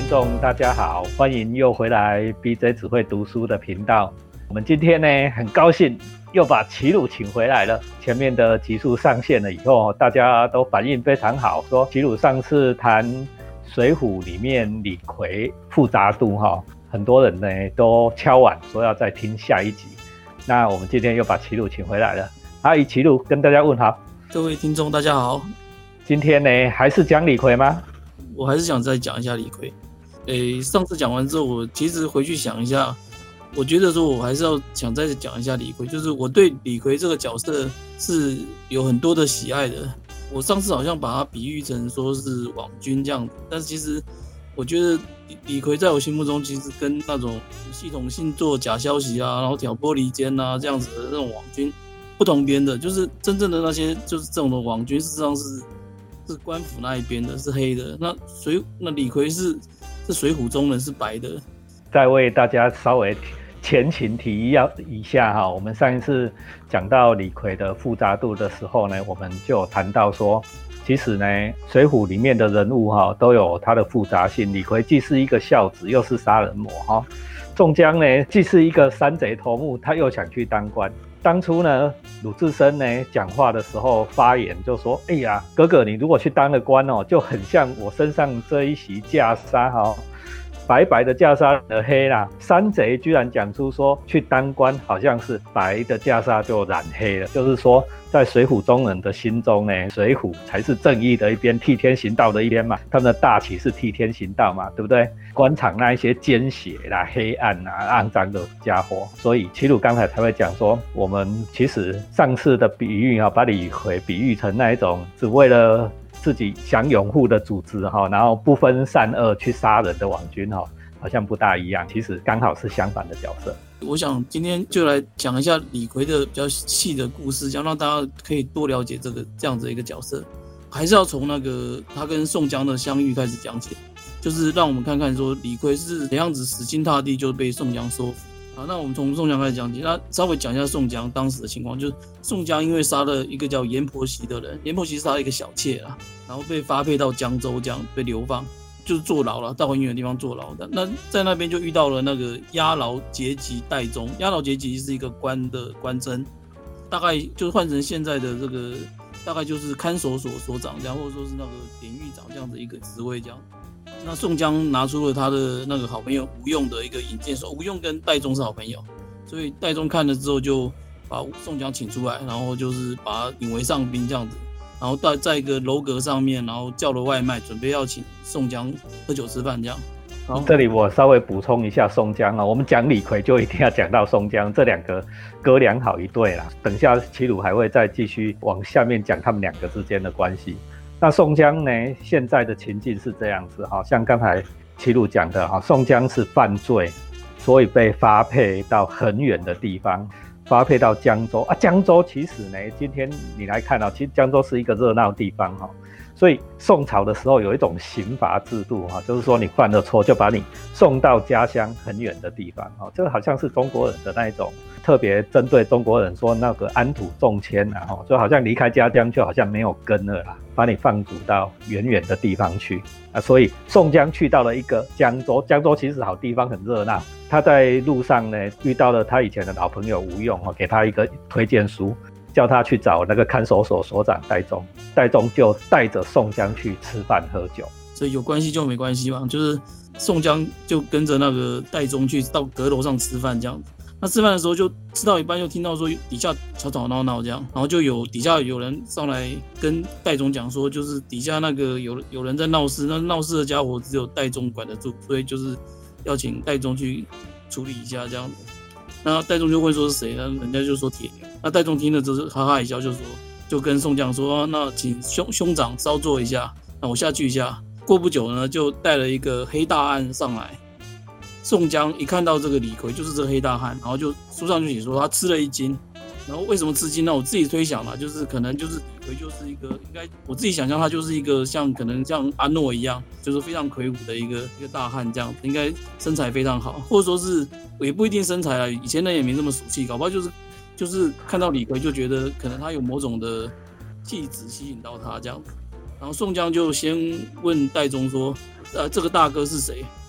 众大家好，欢迎又回来 BJ 只会读书的频道。我们今天呢很高兴又把齐鲁请回来了。前面的集数上线了以后，大家都反应非常好，说齐鲁上次谈水浒里面李逵复杂度，很多人呢都敲碗说要再听下一集。那我们今天又把齐鲁请回来了。阿姨齐鲁跟大家问好。 各位听众大家好。 今天呢还是讲李逵吗？ 我还是想再讲一下李逵。上次讲完之后，我其实回去想一下，我觉得说我还是要想再讲一下李逵，就是我对李逵这个角色是有很多的喜爱的。我上次好像把它比喻成说是网军这样子，但是其实我觉得李逵在我心目中其实跟那种系统性做假消息啊，然后挑拨离间啊这样子的那种网军不同边的，就是真正的那些就是这种的网军，事实上是官府那一边的，是黑的。那李逵是水浒中人，是白的。 再为大家稍微前情提要一下哈，我们上一次讲到李逵的复杂度的时候呢，我们就有谈到说，其实呢，水浒里面的人物都有他的复杂性。李逵既是一个孝子，又是杀人魔哈。宋江呢，既是一个山贼头目，他又想去当官。当初呢，鲁智深呢讲话的时候发言就说：“哎呀，哥哥，你如果去当了官就很像我身上这一袭袈裟白白的袈裟的黑啦。山贼居然讲出说去当官好像是白的袈裟就染黑了，就是说在水浒中人的心中呢，水浒才是正义的一边，替天行道的一边嘛。他们的大旗是替天行道嘛，对不对？官场那一些奸邪啦、黑暗啦、肮脏的家伙，所以齐鲁刚才才会讲说，我们其实上次的比喻把李逵比喻成那一种只为了自己想拥护的组织然后不分善恶去杀人的网军好像不大一样，其实刚好是相反的角色。 我想今天就来讲一下李逵的比较细的故事，想让大家可以多了解这样子的一个角色。还是要从那个他跟宋江的相遇开始讲起，就是让我们看看说李逵是怎样子死心塌地就被宋江收服。好，那我们从宋江开始讲起。那稍微讲一下宋江当时的情况，就是宋江因为杀了一个叫阎婆惜的人，阎婆惜杀了一个小妾啦，然后被发配到江州，这样被流放，就是坐牢了，到很远的地方坐牢的。那在那边就遇到了那个押牢节级戴宗，押牢节级是一个官的官称，大概就换成现在的这个，大概就是看守所所长这样，或者说是那个典狱长这样的一个职位这样。那宋江拿出了他的那个好朋友吴用的一个引荐手，吴用跟戴宗是好朋友，所以戴宗看了之后就把宋江请出来，然后就是把他引为上宾这样子，然后在一个楼阁上面，然后叫了外卖，准备要请宋江喝酒吃饭这样。 这里我稍微补充一下宋江我们讲李逵就一定要讲到宋江，这两个哥俩好一对啦。等一下齐鲁还会再继续往下面讲他们两个之间的关系。那宋江呢，现在的情境是这样子像刚才齐鲁讲的宋江是犯罪，所以被发配到很远的地方，发配到江州江州其实呢，今天你来看其实江州是一个热闹地方所以宋朝的时候有一种刑罚制度就是说你犯了错就把你送到家乡很远的地方这个好像是中国人的那一种特别针对中国人说那个安土重迁就好像离开家乡就好像没有根了啦，把你放逐到远远的地方去所以宋江去到了一个江州，江州其实好地方，很热闹。他在路上呢遇到了他以前的老朋友吴用给他一个推荐书，叫他去找那个看守所所长戴宗，戴宗就带着宋江去吃饭喝酒。 所以有关系就没关系嘛，就是宋江就跟着那个戴宗去到阁楼上吃饭这样子。那吃饭的时候就吃到一半，就听到说底下吵吵闹闹这样，然后就底下有人上来跟戴宗讲说，就是底下那个有人在闹事，那闹事的家伙只有戴宗管得住，所以就是要请戴宗去处理一下这样子。那戴宗就问说是谁，那人家就说铁牛。那戴宗听了之后哈哈一笑，就跟宋江说那请兄长稍坐一下，那我下去一下。过不久呢，就带了一个黑大汉上来。宋江一看到这个李逵就是这个黑大汉，然后就书上就写说他吃了1惊。然后为什么吃惊呢？我自己推想啦，就是可能就是李逵就是一个，应该我自己想象他就是一个可能像阿诺一样，就是非常魁梧的一个大汉这样，应该身材非常好，或者说是也不一定身材啦，以前人也没这么俗气，搞不好就是看到李逵就觉得可能他有某种的气质吸引到他这样。然后宋江就先问戴宗说，这个大哥是谁？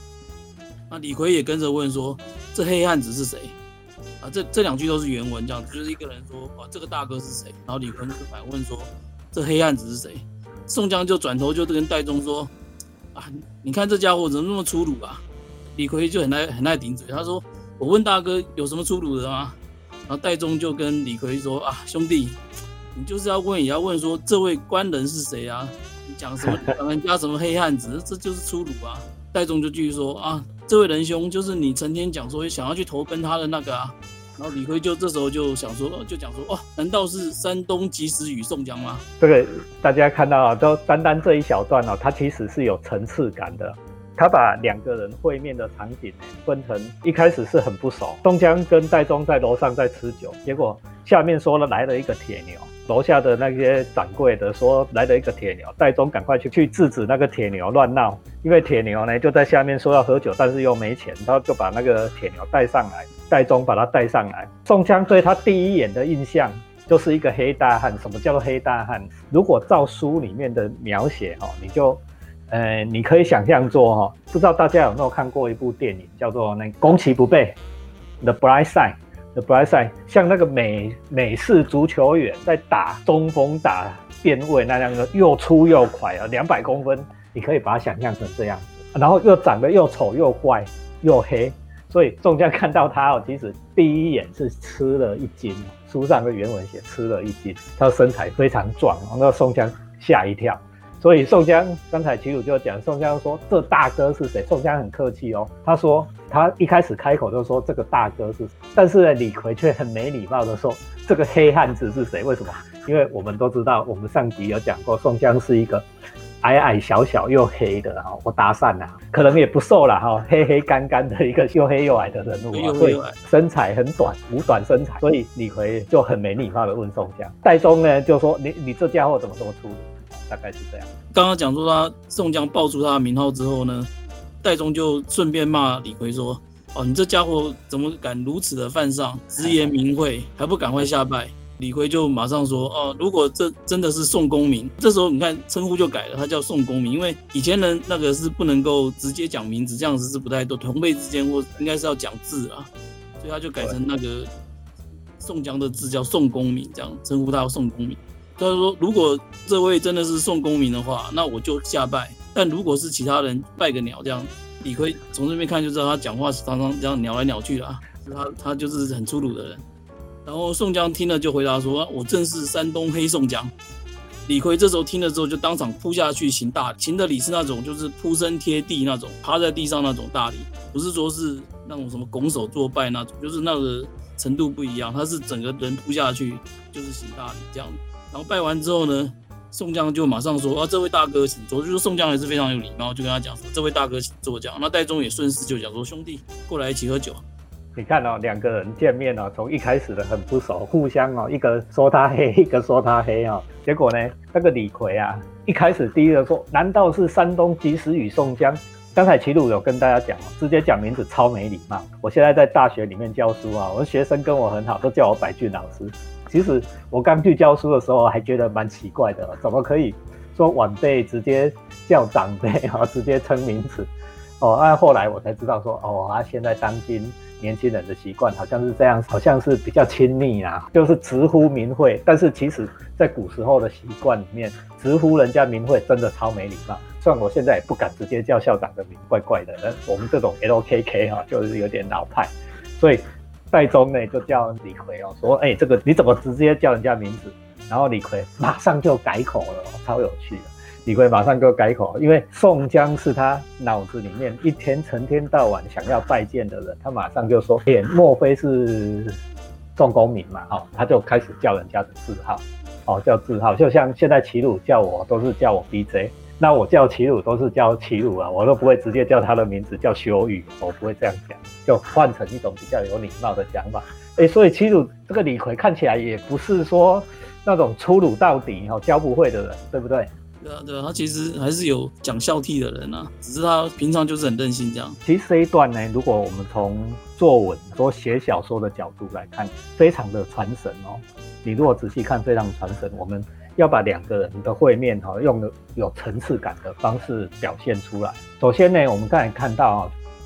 那李逵也跟着问说：“这黑汉子是谁？”啊，这2句都是原文，这样子，就是一个人说：“哇，这个大哥是谁？”然后李逵就反问说：“这黑汉子是谁？”宋江就转头就跟戴宗说：“啊，你看这家伙怎么那么粗鲁啊？”李逵就很爱顶嘴，他说：“我问大哥有什么粗鲁的吗？”然后戴宗就跟李逵说：“啊，兄弟，你就是也要问说这位官人是谁啊？你讲人家什么黑汉子，这就是粗鲁啊。”戴宗就继续说：“啊，这位仁兄就是你成天讲说想要去投奔他的那个啊。”然后李逵就这时候就讲说：“哦，难道是山东及时雨宋江吗？” 这个大家看到都单单这一小段它其实是有层次感的。他把2个人会面的场景分成一开始是很不熟，宋江跟戴宗在楼上在吃酒，结果下面说来了一个铁牛，楼下的那些掌柜的说来了一个铁牛，戴宗赶快去制止那个铁牛乱闹，因为铁牛呢就在下面说要喝酒，但是又没钱，他就把那个铁牛带上来，戴宗把他带上来。宋江对他第一眼的印象就是一个黑大汉。什么叫做黑大汉？如果照书里面的描写你可以想象做不知道大家有没有看过一部电影叫做《攻其不备》 The Bright Side。The Bright Side 像那个美式足球员在打中锋打边卫那样的，又粗又快200公分，你可以把它想象成这样子，然后又长得又丑又怪又黑，所以宋江看到他其实第一眼是吃了一惊，书上的原文写吃了一惊，他的身材非常壮，那宋江吓一跳。所以宋江刚才齐鲁就讲，宋江说这大哥是谁？宋江很客气他说他一开始开口就说这个大哥是谁，但是呢李逵却很没礼貌的说这个黑汉子是谁？为什么？因为我们都知道，我们上集有讲过，宋江是一个矮矮小小又黑的我搭讪可能也不瘦啦黑黑干干的一个又黑又矮的人物所以身材很短，五短身材，所以李逵就很没礼貌的问宋江。戴宗呢就说你这家伙怎么这么粗鲁？大概是这样。 刚刚讲说他宋江报出他的名号之后呢，戴宗就顺便骂李逵说：“哦，你这家伙怎么敢如此的犯上，直言明讳，还不赶快下拜？”李逵就马上说：“哦，如果这真的是宋公明，这时候你看称呼就改了，他叫宋公明，因为以前人那个是不能够直接讲名字，这样子是不太对，同辈之间或应该是要讲字啊，所以他就改成那个宋江的字叫宋公明，这样称呼他叫宋公明。”他说：“如果这位真的是宋公明的话，那我就下拜；但如果是其他人拜个鸟这样，李逵从这边看就知道他讲话常常这样鸟来鸟去的他就是很粗鲁的人。”然后宋江听了就回答说：“我正是山东黑宋江。”李逵这时候听了之后就当场扑下去行大礼，行的礼是那种就是扑身贴地那种，趴在地上那种大礼，不是说是那种什么拱手作拜那种，就是那个程度不一样，他是整个人扑下去就是行大礼这样。然后拜完之后呢，宋江就马上说：“这位大哥请坐。”就是宋江也是非常有礼貌，就跟他讲说：“这位大哥请坐。”这样，那戴宗也顺势就讲说：“兄弟，过来一起喝酒。” 你看2个人见面从一开始的很不熟，互相一个说他黑，一个说他黑结果呢，那个李逵一开始第一个说：“难道是山东及时雨宋江？”刚才齐鲁有跟大家讲直接讲名字超没礼貌。我现在在大学里面教书我的学生跟我很好，都叫我百俊老师。其实我刚去教书的时候还觉得蛮奇怪的，怎么可以说晚辈直接叫长辈直接称名字后来我才知道说现在当今年轻人的习惯好像是这样，好像是比较亲密就是直呼名讳。但是其实在古时候的习惯里面，直呼人家名讳真的超没礼貌。虽然我现在也不敢直接叫校长的名，怪怪的，我们这种 LKK 就是有点老派，所以戴宗呢就叫李逵说：“这个你怎么直接叫人家名字？”然后李逵马上就改口了超有趣的。李逵马上就改口，因为宋江是他脑子里面一天成天到晚想要拜见的人，他马上就说：“莫非是宋公明嘛？”他就开始叫人家的字号叫字号，就像现在齐鲁叫我都是叫我 BJ。那我叫齐鲁都是叫齐鲁我都不会直接叫他的名字叫修宇，我不会这样讲，就换成一种比较有礼貌的讲法。所以齐鲁这个李逵看起来也不是说那种粗鲁到底教不会的人，对不对？ 对啊，他其实还是有讲孝悌的人只是他平常就是很任性这样。 其实这一段呢，如果我们从作文说写小说的角度来看，非常的传神你如果仔细看，非常传神。我们要把2个人的会面用有层次感的方式表现出来。首先呢，我们刚才看到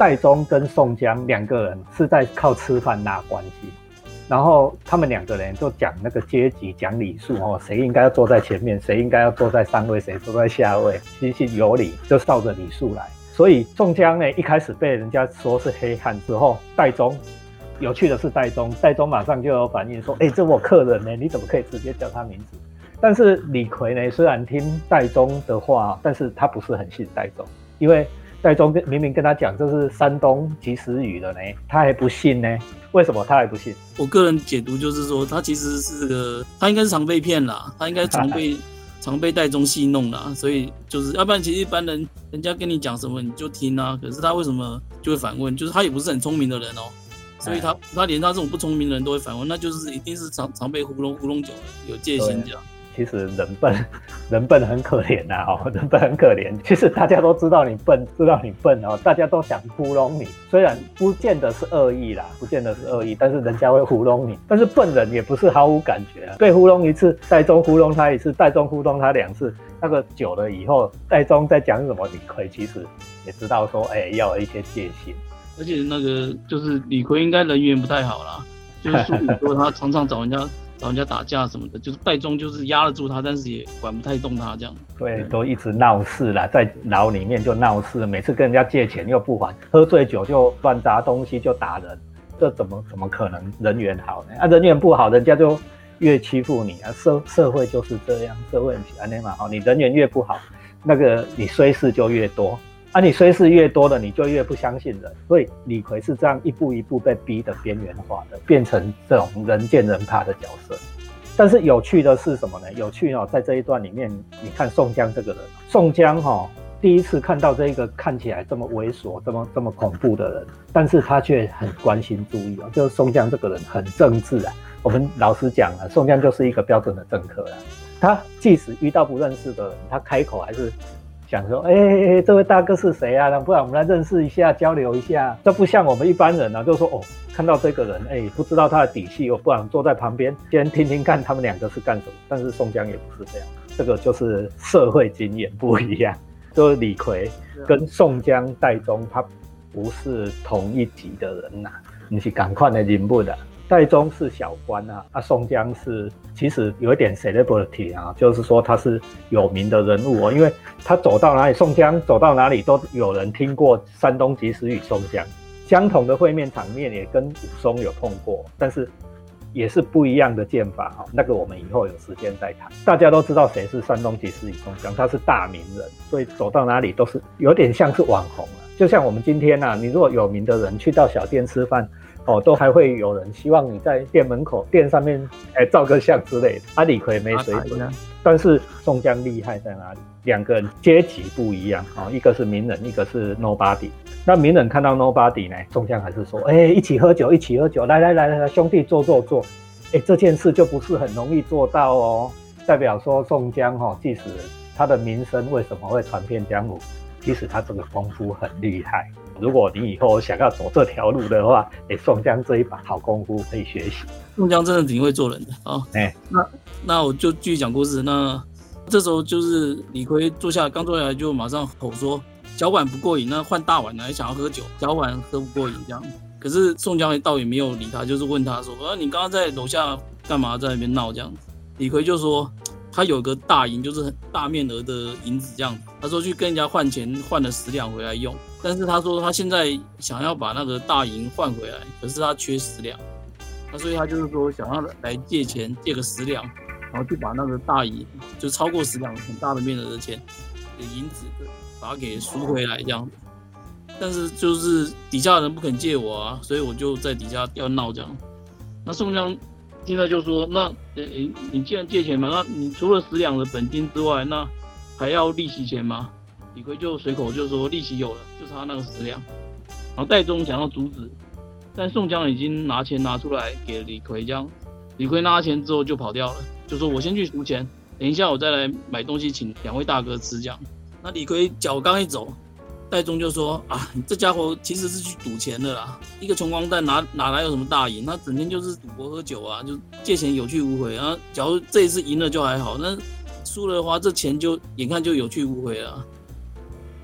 戴宗跟宋江两个人是在靠吃饭拉关系，然后他们两个人就讲那个阶级，讲礼数哦，谁应该要坐在前面，谁应该要坐在上位，谁坐在下位，其实有理，就照着礼数来。所以宋江呢，一开始被人家说是黑汉之后，戴宗有趣的是戴宗马上就有反应说，这我客人呢，你怎么可以直接叫他名字？但是李逵呢，虽然听戴宗的话，但是他不是很信戴宗，因为戴宗明明跟他讲这是山东及时雨的呢，他还不信呢。为什么他还不信？ 我个人解读就是说，他其实是他应该是常被骗啦，他应该常被戴宗戏弄啦，所以就是要不然其实一般人家跟你讲什么你就听啊，可是他为什么就会反问？就是他也不是很聪明的人哦，所以他连他这种不聪明的人都会反问，那就是一定是常被糊弄久了，有戒心这样。 其实人笨很可怜呐，人笨很可怜。其实大家都知道你笨哦，大家都想糊弄你，虽然不见得是恶意啦，但是人家会糊弄你。但是笨人也不是毫无感觉啊，被糊弄一次，戴宗糊弄他一次，戴宗糊弄他2次，那个久了以后，戴宗在讲什么，李逵其实也知道说，要有一些戒心。 而且那个就是李逵应该人缘不太好啦，就是说他常常找人家打架什么的，就是戴宗就是压得住他，但是也管不太动他这样。 对，都一直闹事啦，在牢里面就闹事，每次跟人家借钱又不还，喝醉酒就乱砸东西就打人，这怎么可能人缘好呢？人缘不好，人家就越欺负你啊！社会就是这样，社会很安内嘛，你人缘越不好，那个你衰事就越多。你衰事越多了，你就越不相信人，所以李逵是这样一步一步被逼的边缘化的，变成这种人见人怕的角色。但是有趣的是什么呢？有趣在这一段里面，你看宋江这个人，宋江第一次看到这个看起来这么猥琐、这么恐怖的人，但是他却很关心注意就是宋江这个人很正直啊。我们老实讲啊，宋江就是一个标准的政客啊。他即使遇到不认识的人，他开口还是想说，这位大哥是谁啊？不然我们来认识一下，交流一下。这不像我们一般人啊，就说看到这个人，不知道他的底细，不然坐在旁边先听听看他们两个是干什么。但是宋江也不是这样，这个就是社会经验不一样。就是李逵跟宋江、戴宗，他不是同一级的人呐，不是同款的人物的。戴宗是小官宋江是其实有一点 celebrity 就是说他是有名的人物因为他走到哪里，宋江走到哪里都有人听过山东及时雨宋江，相同的会面场面也跟武松有碰过，但是也是不一样的剑法那个我们以后有时间再谈。大家都知道谁是山东及时雨宋江，他是大名人，所以走到哪里都是有点像是网红就像我们今天你如果有名的人去到小店吃饭都还会有人希望你在店门口店上面照个相之类的。李逵没水准但是宋江厉害在哪里？两个人阶级不一样一个是名人，一个是 nobody。那名人看到 nobody 呢，宋江还是说一起喝酒，来兄弟坐这件事就不是很容易做到代表说宋江即使他的名声为什么会传遍江湖，其实他这个功夫很厉害。如果你以后想要走这条路的话，宋江这一把好功夫可以学习。 宋江真的挺会做人的那我就继续讲故事。那这时候就是李逵刚坐下来就马上吼说，小碗不过瘾，那换大碗来想要喝酒，小碗喝不过瘾这样。可是宋江倒也没有理他，就是问他说你刚刚在楼下干嘛，在那边闹这样。李逵就说他有个大银，就是很大面额的银子这样，他说去跟人家换钱，换了10两回来用，但是他说他现在想要把那个大银换回来，可是他缺10两，所以他就是说想要来借钱，借个10两，然后去把那个大银，就超过10两很大的面额的钱的银子把它给赎回来这样。但是就是底下的人不肯借我所以我就在底下要闹这样。那宋江现在就说，那你既然借钱嘛，那你除了10两的本金之外，那还要利息钱吗？李逵就随口就说利息有了，就差那个10两。然后戴宗想要阻止，但宋江已经拿钱拿出来给李逵这样。李逵拿钱之后就跑掉了，就说我先去赎钱，等一下我再来买东西请2位大哥吃这样。那李逵脚刚一走，戴宗就说你这家伙其实是去赌钱的啦，一个穷光蛋哪来有什么大赢？他整天就是赌博喝酒就借钱有去无回假如这一次赢了就还好，那输了的话，这钱就眼看就有去无回了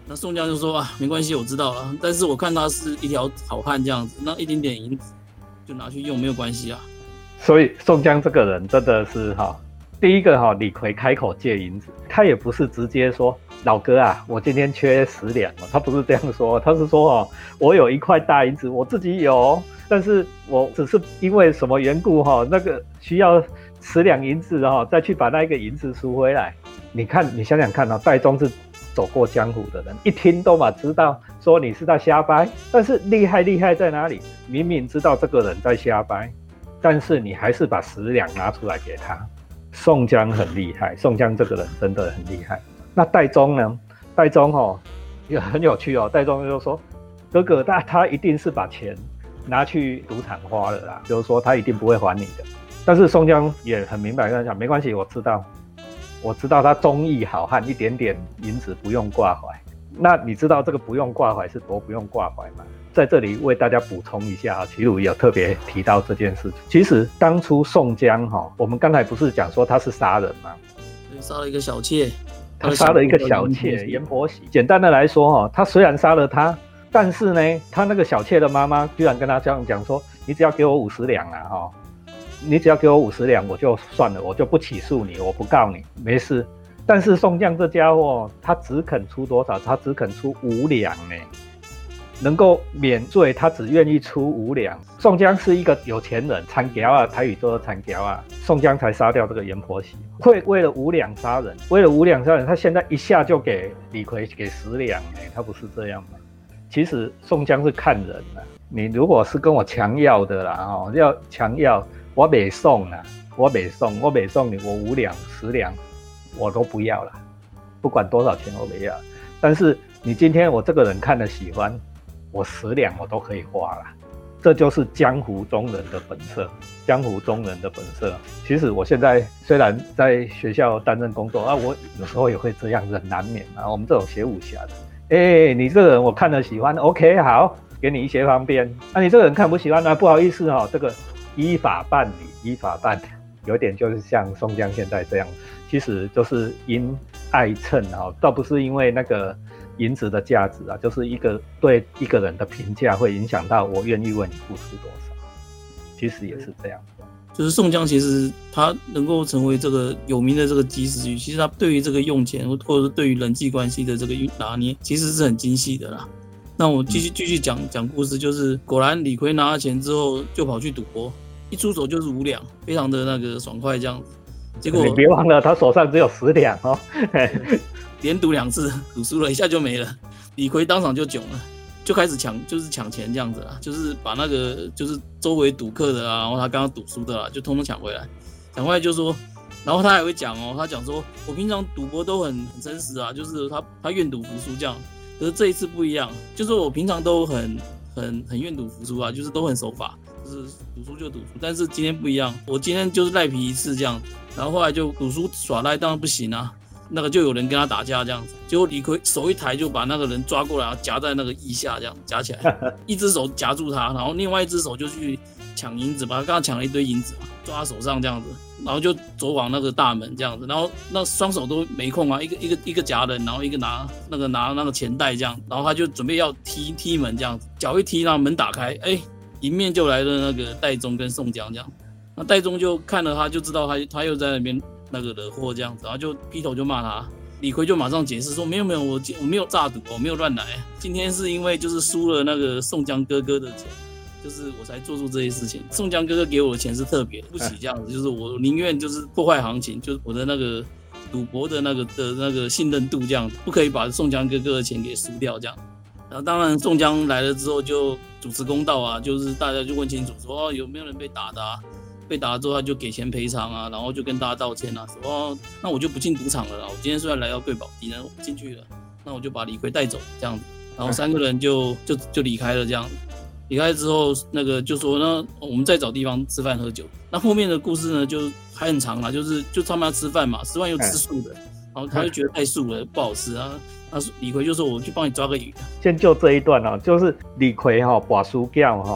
那宋江就说啊，没关系，我知道了，但是我看他是一条好汉这样子，那一点点银子就拿去用没有关系啊。 所以宋江这个人真的是第一个李逵开口借银子，他也不是直接说老哥啊，我今天缺10两，他不是这样说，他是说我有1块大银子，我自己有，但是我只是因为什么缘故那个需要10两银子再去把那个银子赎回来。你想想看戴宗是走过江湖的人，一听都嘛知道说你是在瞎掰，但是厉害在哪里？明明知道这个人在瞎掰，但是你还是把10两拿出来给他。宋江很厉害，宋江这个人真的很厉害。那戴宗呢？戴宗也很有趣戴宗就说哥哥他一定是把钱拿去赌场花了啦，就是说他一定不会还你的。但是宋江也很明白跟他讲，没关系，我知道他忠义好汉，一点点银子不用挂怀。那你知道这个不用挂怀是多不用挂怀吗？在这里为大家补充一下，齐鲁有特别提到这件事。其实当初宋江我们刚才不是讲说他是杀人吗？ 杀了一个小妾， 他杀了一个小妾阎婆惜。简单的来说他虽然杀了他，但是呢，他那个小妾的妈妈居然跟他这样讲说，你只要给我50两啊你只要给我50两，我就算了，我就不起诉你，我不告你，没事。但是宋江这家伙，他只肯出多少？他只肯出5两呢，能够免罪，他只愿意出5两。宋江是一个有钱人，残条啊，台语说残条啊，宋江才杀掉这个阎婆惜。会为了5两杀人，他现在一下就给李逵给10两他不是这样吗？其实宋江是看人的，你如果是跟我强要的啦要强要。我不送啦，我不送你，我5两10两我都不要啦，不管多少钱我不要。但是你今天我这个人看了喜欢，我10两我都可以花啦。这就是江湖中人的本色，其实我现在虽然在学校担任工作我有时候也会这样，人难免我们这种写武侠的，你这个人我看了喜欢 ，OK 好，给你一些方便。你这个人看不喜欢不好意思这个。依法办理，有点就是像宋江现在这样，其实就是因爱称倒不是因为那个银子的价值就是对一个人的评价会影响到我愿意为你付出多少，其实也是这样。 就是宋江其实他能够成为这个有名的这个及时雨，其实他对于这个用钱或者是对于人际关系的这个拿捏，其实是很精细的啦。那我继续讲故事，就是果然李逵拿了钱之后就跑去赌博。一出手就是5两，非常的那个爽快这样子。结果你别忘了，他手上只有10两连赌2次，赌输了一下就没了。李逵当场就囧了，就开始抢钱这样子啦，就是把那个就是周围赌客的然后他刚刚赌输的就通通抢回来。抢回来就说，然后他还会讲他讲说，我平常赌博都很真实就是他愿赌服输这样，可是这一次不一样，就是我平常都很愿赌服输就是都很守法。就是赌输就赌输，但是今天不一样，我今天就是赖皮一次这样子，然后后来就赌输耍赖，当然不行那个就有人跟他打架这样子，结果李逵手一抬就把那个人抓过来，夹在那个腋下这样夹起来，一只手夹住他，然后另外一只手就去抢银子，把他刚刚抢了一堆银子抓他手上这样子，然后就走往那个大门这样子，然后那双手都没空一个夹人，然后一个拿那个钱袋这样，然后他就准备要踢门这样子，脚一踢，然后门打开，迎面就来了那个戴宗跟宋江这样，那戴宗就看了他就知道他又在那边那个惹祸这样子，然后就劈头就骂他。李逵就马上解释说，没有我没有诈赌，我没有乱来，今天是因为就是输了那个宋江哥哥的钱，就是我才做出这些事情。宋江哥哥给我的钱是特别不起这样子，就是我宁愿就是破坏行情，就是我的那个赌博的那个信任度这样，不可以把宋江哥哥的钱给输掉这样。然后当然宋江来了之后就主持公道就是大家就问清楚说有没有人被打的被打了之后他就给钱赔偿然后就跟大家道歉说那我就不进赌场了啦，我今天虽然来到贵宝地呢我不进去了，那我就把李逵带走这样子，然后3个人就离开了这样子。离开之后那个就说那我们再找地方吃饭喝酒。那后面的故事呢就还很长啦，就他们要吃饭嘛，吃饭又吃素的，然后他就觉得太素了不好吃那李逵就说我去帮你抓个鱼。 先就这一段就是李逵把输掉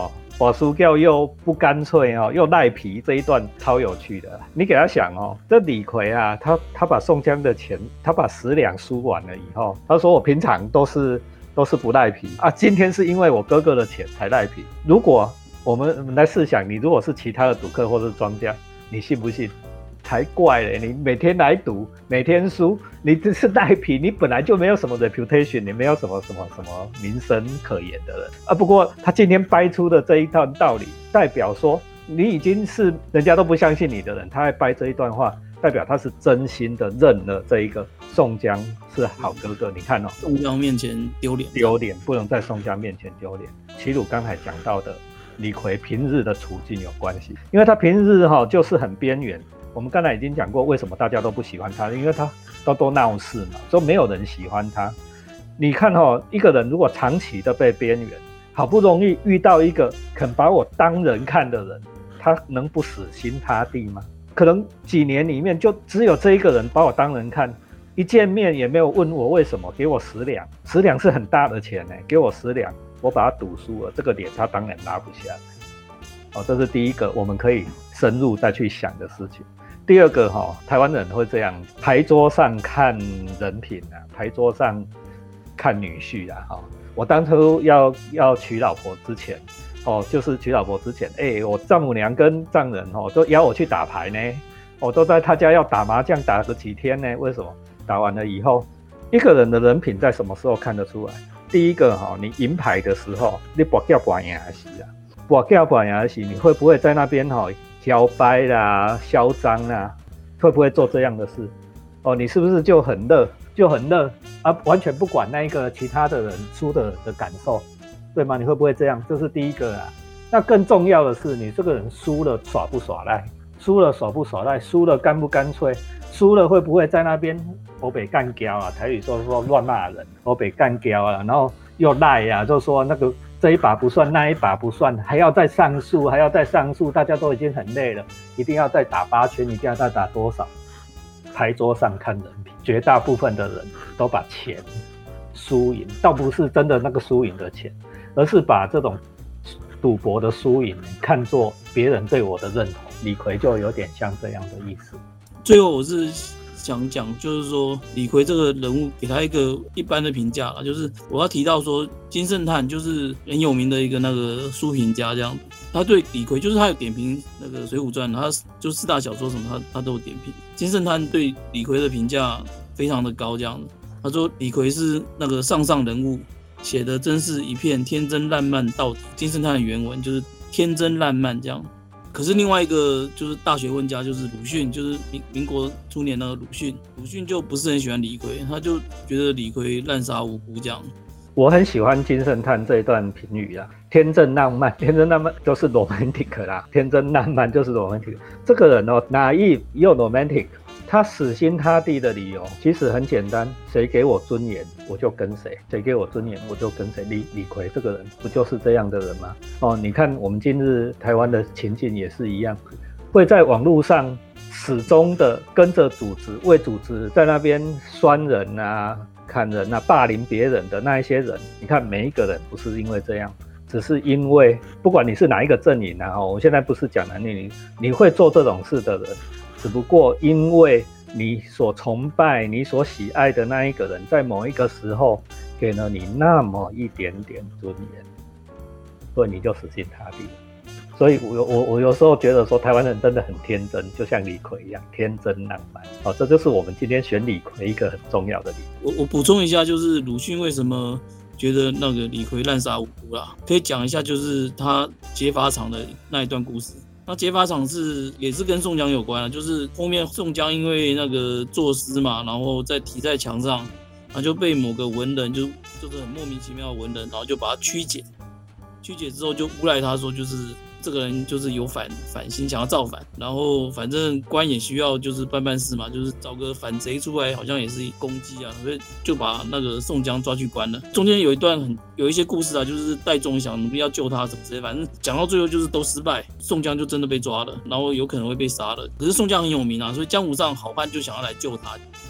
把输掉又不干脆哦，又赖皮，这一段超有趣的。你给他想哦，这李逵啊，他把宋江的钱，他把10两输完了以后，他说我平常都是不赖皮啊，今天是因为我哥哥的钱才赖皮。如果我们来试想，你如果是其他的赌客或是庄家，你信不信？才怪嘞！你每天来赌，每天输，你这是赖皮，你本来就没有什么 reputation， 你没有什么名声可言的人啊。不过他今天掰出的这一段道理，代表说你已经是人家都不相信你的人，他还掰这一段话，代表他是真心的认了这一个宋江是好哥哥。你看哦， 宋江面前丢脸， 不能在宋江面前丢脸。齐鲁刚才讲到的李逵平日的处境有关系，因为他平日就是很边缘。我们刚才已经讲过，为什么大家都不喜欢他，因为他都闹事嘛，所以没有人喜欢他。你看一个人如果长期的被边缘，好不容易遇到一个肯把我当人看的人，他能不死心塌地吗？可能几年里面就只有这一个人把我当人看，一见面也没有问我为什么，给我10两，10两是很大的钱呢，给我10两，我把他赌输了，这个脸他当然拉不下来。这是第一个我们可以深入再去想的事情。第二个台湾人会这样，牌桌上看人品啊，牌桌上看女婿啊。我当初要娶老婆之前，就是娶老婆之前，我丈母娘跟丈人都邀我去打牌呢，我都在他家要打麻将打个几天呢。为什么？打完了以后，一个人的人品在什么时候看得出来？第一个你赢牌的时候，你博叫博赢还是啊？博叫博赢还是你会不会在那边摇摆啦、嚣张啦，会不会做这样的事？你是不是就很乐啊？完全不管那一个其他的人输的感受，对吗？你会不会这样？这是第一个啊。那更重要的是，你这个人输了耍不耍赖？输了耍不耍赖？输了干不干脆？输了会不会在那边欧北干胶啊？台语说乱骂人，欧北干胶啊，然后又赖啊，就说那个。这一把不算，那一把不算，还要再上诉，大家都已经很累了，一定要再打8圈，一定要再打多少？牌桌上看人品，绝大部分的人都把钱输赢，倒不是真的那个输赢的钱，而是把这种赌博的输赢看作别人对我的认同。李逵就有点像这样的意思。 最后我是想讲，就是说李逵这个人物给他一个一般的评价啦，就是我要提到说金圣叹就是很有名的一个那个书评家这样子，他对李逵就是他有点评那个《水浒传》，他就4大小说什么他都有点评。金圣叹对李逵的评价非常的高，这样子，他说李逵是那个上人物，写的真是一片天真烂漫到底。金圣叹的原文就是天真烂漫这样。可是另外一个就是大学问家，就是鲁迅，就是民国初年那个鲁迅就不是很喜欢李逵，他就觉得李逵滥杀无辜这样。 我很喜欢金圣叹这一段评语啊，天真浪漫就是 romantic 啦，天真浪漫就是 romantic。这个人naive 又 romantic， 他死心塌地的理由其实很简单，谁给我尊严我就跟谁，谁给我尊严我就跟谁。李逵这个人不就是这样的人吗？你看我们今日台湾的情境也是一样，会在网络上始终的跟着组织，为组织在那边酸人啊、砍人啊、霸凌别人的那一些人，你看每一个人不是因为这样，只是因为不管你是哪一个阵营啊，我现在不是讲男女，你会做这种事的人，只不过因为你所崇拜、你所喜爱的那一个人，在某一个时候给了你那么一点点尊严，所以你就死心塌地了。所以我有时候觉得说，台湾人真的很天真，就像李逵一样天真浪漫。这就是我们今天选李逵一个很重要的理由。 我补充一下，就是鲁迅为什么觉得那个李逵滥杀无辜啦，可以讲一下，就是他劫法场的那一段故事。那劫法场也是跟宋江有关啊，就是后面宋江因为那个作诗嘛，然后在题在墙上，然后就被某个文人就是很莫名其妙的文人，然后就把他曲解之后就诬赖他说就是这个人就是有反心，想要造反，然后反正官也需要就是办事嘛，就是找个反贼出来，好像也是攻击啊，所以就把那个宋江抓去关了。中间有一些故事啊，就是戴宗想努力要救他什么之类，反正讲到最后就是都失败，宋江就真的被抓了，然后有可能会被杀了。可是宋江很有名啊，所以江湖上好汉就想要来救他。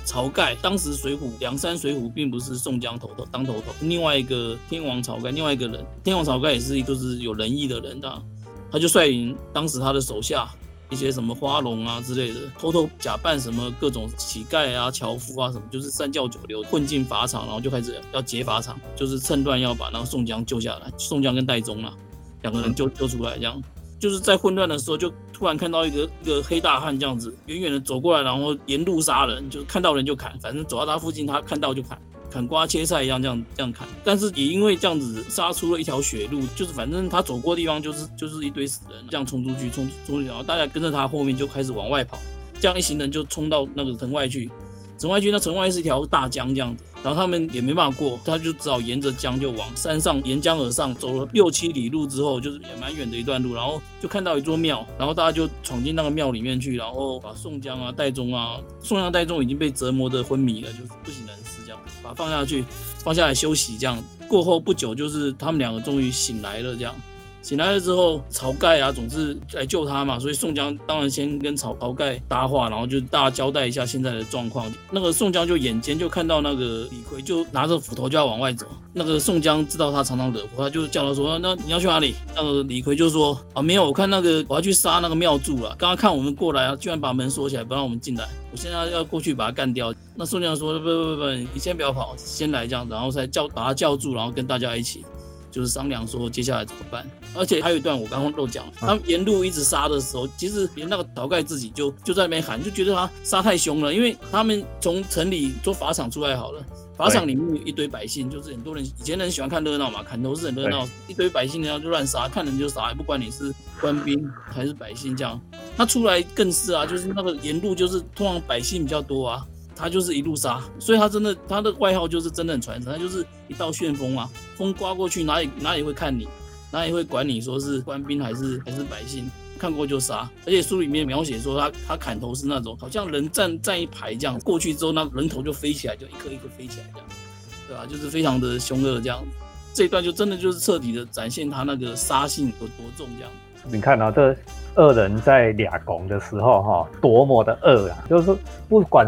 晁盖当时梁山水浒并不是宋江当头头，另外一个天王晁盖，另外一个人，天王晁盖也是就是有仁义的人的，他就率领当时他的手下一些什么花荣啊之类的，偷偷假扮什么各种乞丐啊、樵夫啊什么，就是三教九流混进法场，然后就开始要劫法场，就是趁乱要把那个宋江救下来，宋江跟戴宗啊两个人救出来这样。就是在混乱的时候，就突然看到一个黑大汉这样子远远的走过来，然后沿路杀人，就看到人就砍，反正走到他附近，他看到就砍瓜切菜一样这样砍。但是也因为这样子杀出了一条血路，就是反正他走过的地方就是一堆死人，这样冲出去，然后大家跟着他后面就开始往外跑，这样一行人就冲到那个城外去。那城外是一条大江这样子，然后他们也没办法过，他就只好沿着江就往山上沿江而上，走了6-7里路之后，就是也蛮远的一段路，然后就看到一座庙，然后大家就闯进那个庙里面去，然后把宋江啊、戴宗啊，宋江、戴宗已经被折磨得昏迷了，就是不省人事这样，把他放下来休息这样。过后不久，就是他们两个终于醒来了这样。醒来了之后，晁盖啊总是来救他嘛，所以宋江当然先跟晁盖搭话，然后就大家交代一下现在的状况。那个宋江就眼尖就看到那个李逵就拿着斧头就要往外走，那个宋江知道他常常惹祸，他就叫他说：“那你要去哪里？”那个李逵就说：“啊，没有，我看我要去杀那个庙祝了。刚刚看我们过来啊，居然把门锁起来，不让我们进来。我现在要过去把他干掉。”那宋江说：“不，你先不要跑，先来这样子，然后才把他叫住，然后跟大家一起。”就是商量说接下来怎么办，而且还有一段我刚刚漏讲，他们沿路一直杀的时候，其实连那个晁盖自己就在那边喊，就觉得他杀太凶了，因为他们从城里做法场出来好了，法场里面有一堆百姓，就是很多人以前人喜欢看热闹嘛，砍头是很热闹，一堆百姓然后就乱杀，看人就杀，也不管你是官兵还是百姓这样。他出来更是啊，就是那个沿路就是通常百姓比较多啊。他就是一路杀，所以他的外号就是真的很传神，他就是一道旋风啊，风刮过去哪里会看你，哪里会管你说是官兵还是百姓，看过就杀。而且书里面描写说他砍头是那种好像人站一排这样，过去之后那人头就飞起来，就一颗一颗飞起来这样，对吧？就是非常的凶恶这样。这一段就真的就是彻底的展现他那个杀性有多重这样。 你看啊，这二人在俩拱的时候多么的恶啊，就是不管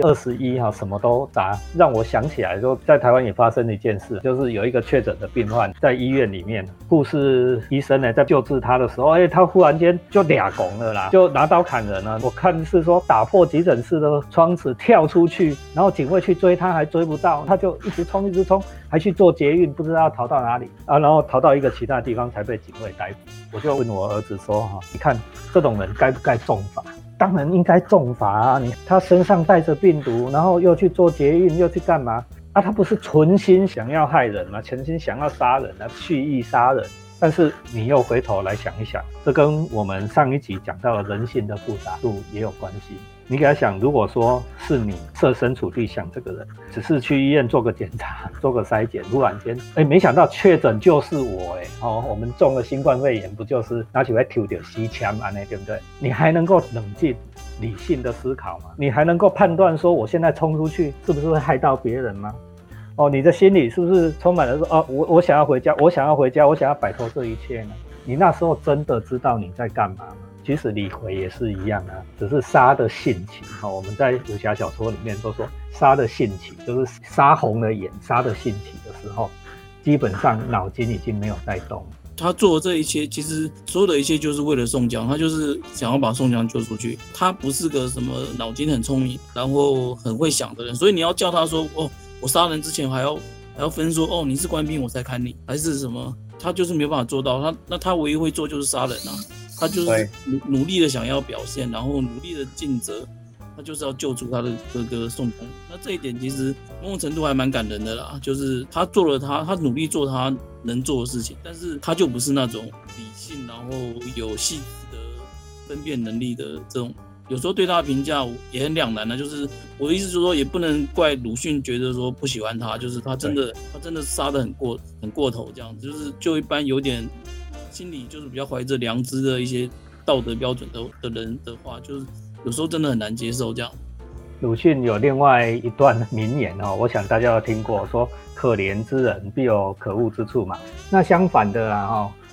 3721什么都杀。让我想起来说，在台湾也发生了一件事，就是有一个确诊的病患在医院里面，护士医生呢在救治他的时候，他忽然间就俩拱了啦，就拿刀砍人了。我看是说打破急诊室的窗子跳出去，然后警卫去追他还追不到，他就一直冲，还去坐捷运，不知道逃到哪里啊，然后逃到一个其他地方才被警卫逮捕。我就问我儿子说你看这种人该不该重罚？当然应该重罚啊！他身上带着病毒，然后又去做捷运，又去干嘛啊？他不是存心想要害人吗？存心想要杀人啊，蓄意杀人。但是你又回头来想一想，这跟我们上一集讲到的人性的复杂度也有关系。你给他想，如果说是你设身处地想这个人，只是去医院做个检查、做个筛检，突然间，没想到确诊就是我，我们中了新冠肺炎，不就是拿起来抽到西枪啊，对不对？你还能够冷静、理性的思考吗？你还能够判断说，我现在冲出去是不是会害到别人吗？你的心里是不是充满了说，我想要回家，我想要摆脱这一切呢？你那时候真的知道你在干嘛吗？其实李逵也是一样啊，只是杀的兴起。我们在武侠小说里面都说杀的兴起，就是杀红了眼，杀的兴起的时候，基本上脑筋已经没有在动。 他做的这一切，其实所有的一切就是为了宋江，他就是想要把宋江救出去。他不是个什么脑筋很聪明，然后很会想的人，所以你要叫他说，我杀人之前还要分说，你是官兵我才砍你，还是什么？他就是没有办法做到。那他唯一会做就是杀人啊。他就是努力的想要表现，然后努力的尽责，他就是要救出他的哥哥宋江。那这一点其实某种程度还蛮感人的啦，就是他做了他努力做他能做的事情，但是他就不是那种理性，然后有细致的分辨能力的这种。有时候对他的评价也很两难的，就是我的意思就是说，也不能怪鲁迅觉得说不喜欢他，就是他真的杀得很过头这样子，就是就一般有点心里就是比较怀着良知的一些道德标准的人的话，就是有时候真的很难接受这样。 鲁迅有另外一段名言我想大家有听过，说可怜之人必有可恶之处嘛。那相反的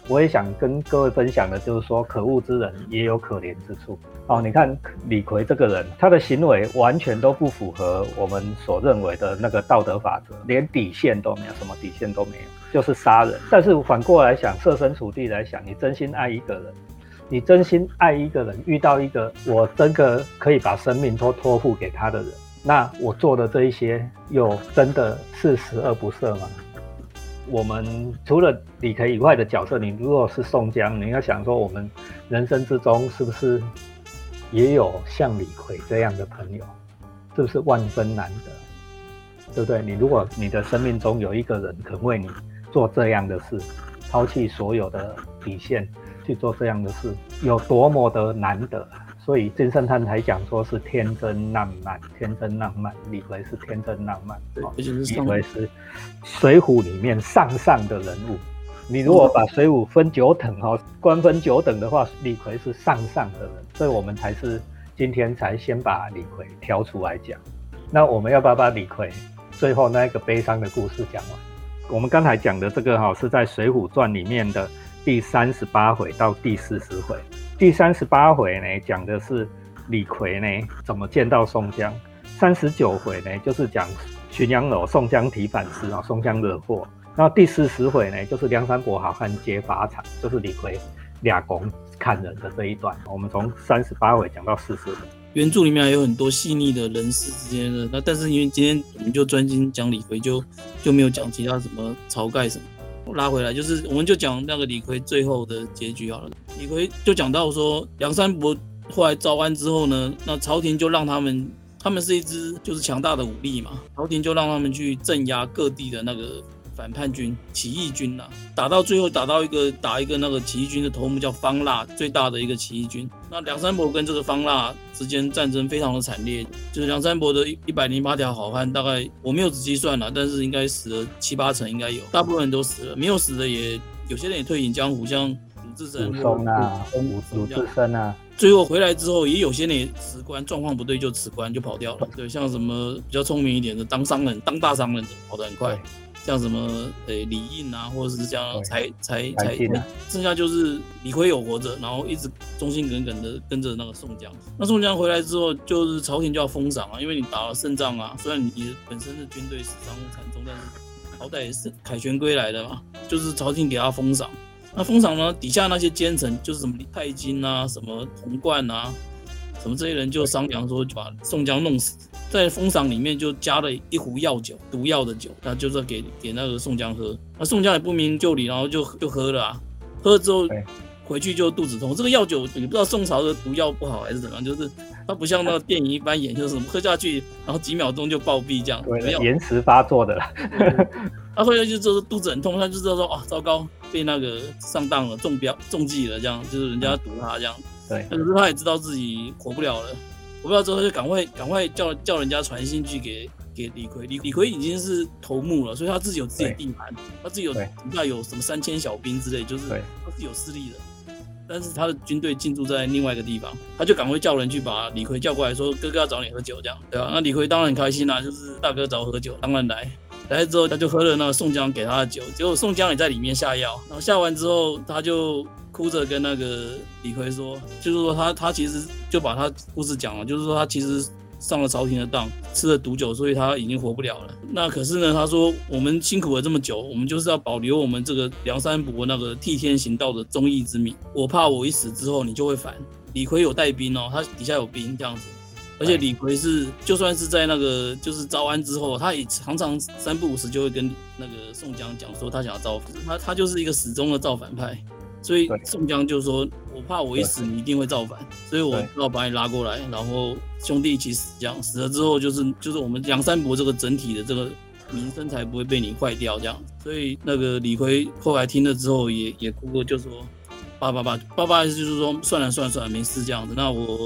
我也想跟各位分享的就是说，可恶之人也有可怜之处。你看李逵这个人，他的行为完全都不符合我们所认为的那个道德法则，连底线都没有，什么底线都没有，就是杀人。但是反过来想，设身处地来想，你真心爱一个人，你真心爱一个人，遇到一个我真的可以把生命都托付给他的人，那我做的这一些又真的是十恶不赦吗？我们除了李逵以外的角色，你如果是宋江，你要想说我们人生之中是不是也有像李逵这样的朋友，是不是万分难得，对不对？你如果你的生命中有一个人肯为你做这样的事，抛弃所有的底线去做这样的事，有多么的难得。所以金圣叹才讲说是天真浪漫，天真浪漫，李逵是天真浪漫，李逵是水浒里面上的人物。你如果把水浒分9等官分9等的话，李逵是上的人，所以我们才是今天才先把李逵挑出来讲。那我们要不要把李逵最后那个悲伤的故事讲完？我们刚才讲的这个是在水浒传里面的第38回到第40回。第38回呢讲的是李逵呢怎么见到宋江，39回呢就是讲浔阳楼宋江提反诗，宋江惹祸。然后第40回呢就是梁山伯好汉劫法场，就是李逵俩公砍人的这一段。我们从38回讲到40回。 原著里面还有很多细腻的人事之间的，那但是因为今天我们就专心讲李逵，就没有讲其他什么晁盖什么。拉回来就是我们就讲那个李逵最后的结局好了。李逵就讲到说，梁山伯后来招安之后呢，那朝廷就让他们是一支就是强大的武力嘛，朝廷就让他们去镇压各地的那个反叛军、起义军啊，打到最后打一个那个起义军的头目叫方腊，最大的一个起义军。那梁山伯跟这个方腊之间战争非常的惨烈，就是梁山伯的108条好汉，大概我没有仔细算了，但是应该死了7、8成，应该有，大部分人都死了，没有死的也有些人也退隐江湖，像鲁智深、 武松啊、鲁智深啊。 最后回来之后，也有些人也辞官，状况不对就辞官就跑掉了。对，像什么比较聪明一点的当大商人的跑得很快。像什么李应啊，或者是像才剩下就是李逵有活着，然后一直忠心耿耿的跟着那个宋江。那宋江回来之后，就是朝廷就要封赏啊，因为你打了胜仗啊，虽然你本身是军队死伤惨重，但是好歹也是凯旋归来的嘛，就是朝廷给他封赏。那封赏呢，底下那些奸臣就是什么太金啊、什么童贯啊、什么这些人就商量说，就把宋江弄死。在封赏里面就加了一壶药酒，毒药的酒，那就是给那个宋江喝。那宋江也不明就里，然后就喝了啊。喝了之后回去就肚子痛。这个药酒你不知道宋朝的毒药不好还是怎么样，就是它不像那个电影一般演，就是什么喝下去然后几秒钟就暴毙这样。 对，延迟发作的啦。 他喝下去之后肚子很痛，他就知道说糟糕，被那个上当了，中计了，这样就是人家毒他这样。 对， 可是他也知道自己活不了了。活不了之后，他就赶快叫人家传信去给李逵。李逵已经是头目了，所以他自己有自己的地盘，他自己有底下有什么3000小兵之类，就是他是有势力的。但是他的军队进驻在另外一个地方，他就赶快叫人去把李逵叫过来，说哥哥要找你喝酒，这样对吧？那李逵当然很开心啦，就是大哥找我喝酒，当然来之后，他就喝了那个宋江给他的酒，结果宋江也在里面下药，然后下完之后，他就哭着跟那个李逵说，就是说他其实就把他故事讲了，就是说他其实上了朝廷的当，吃了毒酒，所以他已经活不了了。那可是呢，他说我们辛苦了这么久，我们就是要保留我们这个梁山伯那个替天行道的忠义之名。我怕我一死之后你就会反。李逵有带兵哦，他底下有兵这样子。而且李逵就算是在那个就是招安之后，他也常常3不5时就会跟那个宋江讲说他想要造反，他就是一个始终的造反派。所以宋江就说：“我怕我一死，你一定会造反，所以我要把你拉过来，然后兄弟一起死，这样死了之后，就是我们梁山伯这个整体的这个名声才不会被你坏掉，这样。所以那个李逵后来听了之后也哭过，就说：爸爸就是说算了，没事这样子。那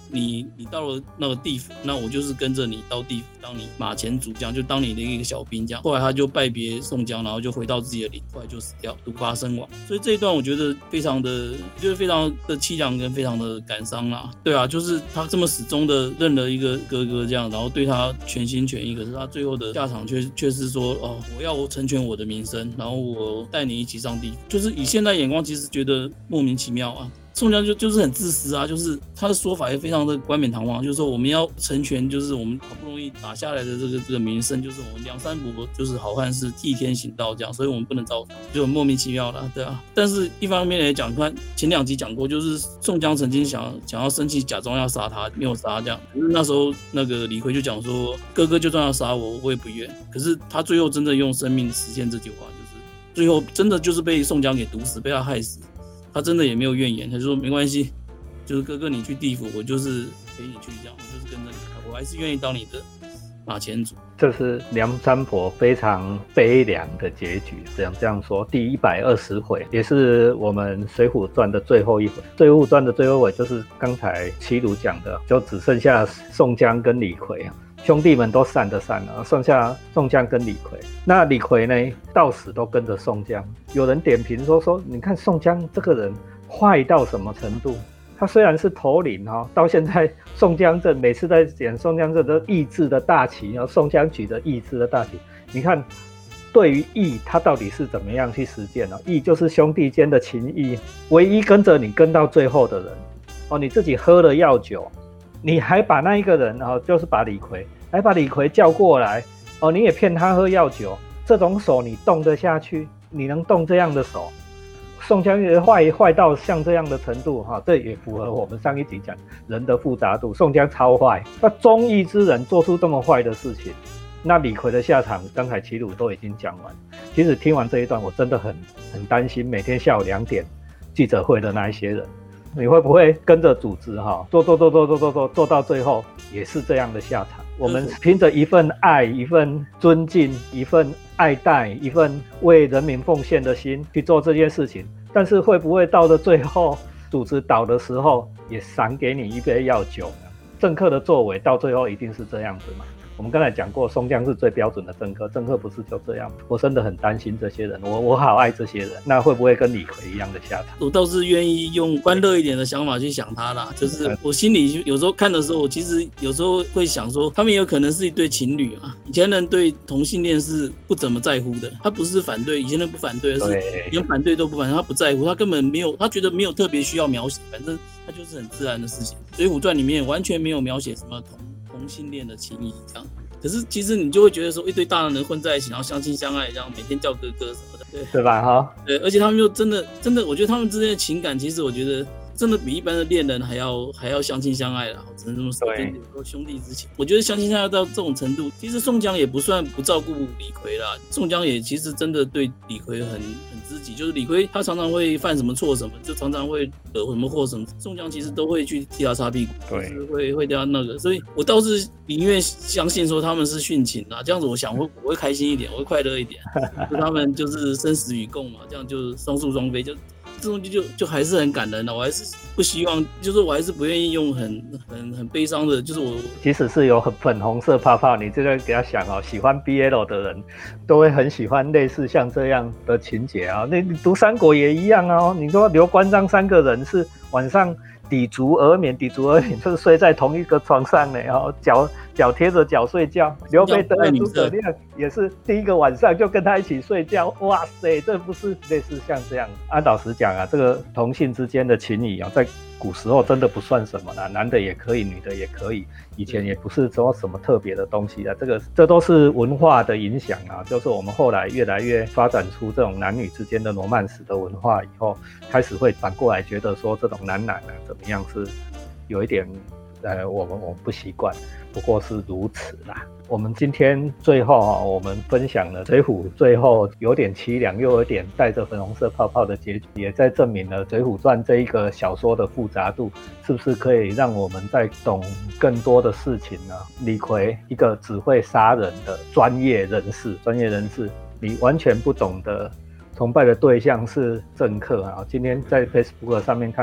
你到了那个地府，那我就是跟着你到地府当你马前卒，这样就当你的一个小兵这样。后来他就拜别宋江，然后就回到自己的领，后来就死掉，毒发身亡。所以这一段我觉得非常的凄凉跟非常的感伤啦。对啊，就是他这么始终的认了一个哥哥这样，然后对他全心全意，可是他最后的下场却是说，哦，我要成全我的名声，然后我带你一起上地府。就是以现在眼光，其实觉得莫名其妙啊。宋江就是很自私啊，就是他的说法也非常的冠冕堂皇，就是说我们要成全，就是我们好不容易打下来的这个名声，就是我们梁山伯就是好汉是替天行道这样，所以我们不能造反，就很莫名其妙啦，对啊。但是一方面来讲，看前2集讲过，就是宋江曾经想要生气，假装要杀他，没有杀这样。可是那时候那个李逵就讲说，哥哥就算要杀我，我也不愿。可是他最后真的用生命实现这句话，就是最后真的就是被宋江给毒死，被他害死。他真的也没有怨言，他就说没关系，就是哥哥你去地府，我就是陪你去这样，我就是跟着你，我还是愿意当你的马前卒。 这是梁山伯非常悲凉的结局，这样说，第120回也是我们《水浒传》的最后一回，《水浒传》的最后一回就是刚才齐鲁讲的，就只剩下宋江跟李逵兄弟们都散了，剩下宋江跟李逵。那李逵呢，到死都跟着宋江。有人点评说，你看宋江这个人坏到什么程度？他虽然是头领到现在宋江镇每次在讲宋江镇的义字的大旗，宋江举的义字的大旗，你看对于义他到底是怎么样去实践呢？义就是兄弟间的情义，唯一跟着你跟到最后的人你自己喝了药酒。你还把那一个人就是把李逵，还把李逵叫过来你也骗他喝药酒，这种手你动得下去？你能动这样的手？宋江也坏到像这样的程度这也符合我们上一集讲人的复杂度。宋江超坏，那忠义之人做出这么坏的事情，那李逵的下场，刚才齐鲁都已经讲完。其实听完这一段，我真的很担心每天下午2点记者会的那一些人。你会不会跟着组织做到最后也是这样的下场？我们凭着一份爱、一份尊敬、一份爱戴、一份为人民奉献的心去做这件事情，但是会不会到了最后组织倒的时候也赏给你一杯药酒呢？政客的作为到最后一定是这样子吗？我们刚才讲过，宋江是最标准的政客，政客不是就这样。我真的很担心这些人，我好爱这些人，那会不会跟李逵一样的下场？ 我倒是愿意用欢乐一点的想法去想他啦，就是我心里有时候看的时候，我其实有时候会想说，他们也有可能是一对情侣啊。以前人对同性恋是不怎么在乎的，他不是反对，以前人不反对，而是连反对都不反对，他不在乎，他根本没有，他觉得没有特别需要描写，反正他就是很自然的事情。《水浒传》里面完全没有描写什么同性恋的情谊这样。可是其实你就会觉得说，一堆大男人混在一起，然后相亲相爱，这样每天叫哥哥什么的， 对吧？ 对，而且他们就真的，我觉得他们之间的情感，其实我觉得真的比一般的恋人还要相亲相爱啦，只能这么说，有兄弟之情。我觉得相亲相爱到这种程度，其实宋江也不算不照顾李逵啦，宋江也其实真的对李逵很知己，就是李逵他常常会犯什么错什么，就常常会惹什么祸什么，宋江其实都会去替他擦屁股，对，会对他那个，所以我倒是宁愿相信说他们是殉情啦，这样子我想我会开心一点，我会快乐一点，就他们就是生死与共嘛，这样就双宿双飞，就这种就还是很感人的，我还是不希望，就是我还是不愿意用很悲伤的，就是我即使是有粉红色泡泡，你这个给他想喜欢 BL 的人都会很喜欢类似像这样的情节那你读三国也一样你说刘关张3个人是晚上抵足而眠就是睡在同一个床上呢，然后脚贴着脚睡觉。刘备得了诸葛亮也是第一个晚上就跟他一起睡觉，哇塞，这不是类似像这样？按老实讲这个同性之间的情谊在古时候真的不算什么啦，男的也可以，女的也可以，以前也不是说什么特别的东西啦，这都是文化的影响就是我们后来越来越发展出这种男女之间的罗曼史的文化以后，开始会反过来觉得说这种男怎么样是有一点我们不习惯，不过是如此啦。我们今天最后我们分享了水浒最后有点凄凉又有点带着粉红色泡泡的结局，也在证明了水浒传这一个小说的复杂度是不是可以让我们再懂更多的事情呢？李逵一个只会杀人的专业人士，你完全不懂的崇拜的对象是政客今天在 Facebook 上面看到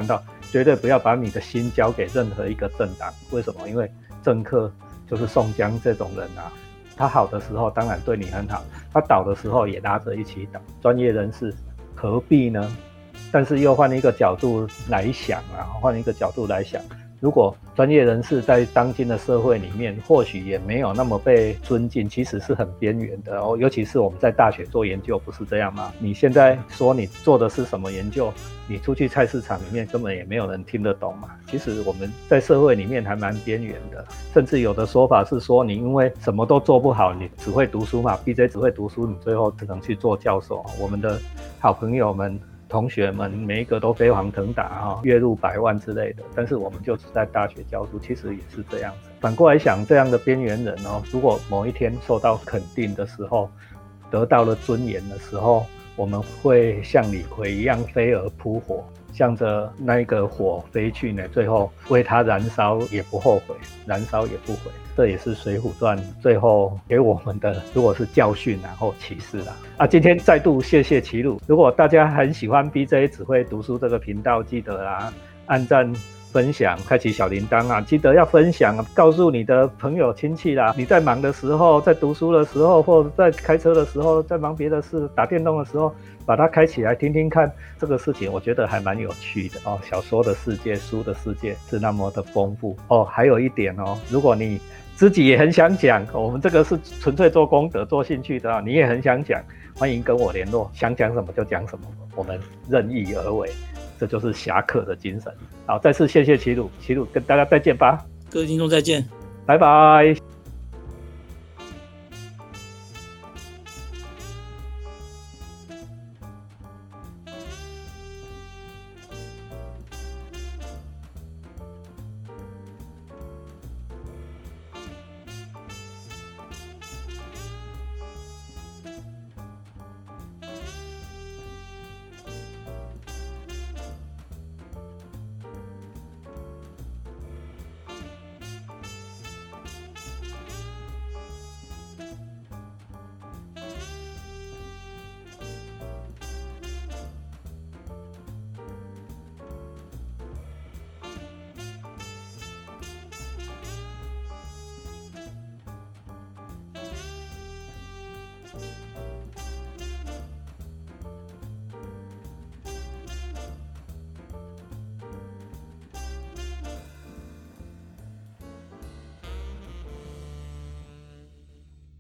绝对不要把你的心交给任何一个政党。为什么？因为政客就是宋江这种人啊，他好的时候当然对你很好，他倒的时候也拉着一起倒。专业人士何必呢？但是又换一个角度来想啊，如果专业人士在当今的社会里面，或许也没有那么被尊敬，其实是很边缘的哦。尤其是我们在大学做研究，不是这样吗？你现在说你做的是什么研究，你出去菜市场里面根本也没有人听得懂嘛。其实我们在社会里面还蛮边缘的，甚至有的说法是说，你因为什么都做不好，你只会读书嘛 ，BJ 只会读书，你最后只能去做教授。我们的好朋友们。同学们每一个都飞黄腾达月入100万之类的，但是我们就只在大学教书，其实也是这样子。反过来想，这样的边缘人如果某一天受到肯定的时候，得到了尊严的时候，我们会像李逵一样飞蛾扑火，向着那个火飞去呢，最后为它燃烧也不后悔，燃烧也不悔。这也是《水浒传》最后给我们的，如果是教训或启示今天再度谢谢齐鲁。如果大家很喜欢 BJ 只会读书这个频道，记得按赞分享，开启小铃铛记得要分享告诉你的朋友亲戚啦。你在忙的时候，在读书的时候，或者在开车的时候，在忙别的事，打电动的时候，把它开起来听听看。这个事情我觉得还蛮有趣的小说的世界，书的世界是那么的丰富还有一点如果你自己也很想讲，我们这个是纯粹做功德做兴趣的你也很想讲，欢迎跟我联络，想讲什么就讲什么，我们任意而为，这就是侠客的精神。好，再次谢谢齐鲁跟大家再见吧， 各位听众再见， 拜拜。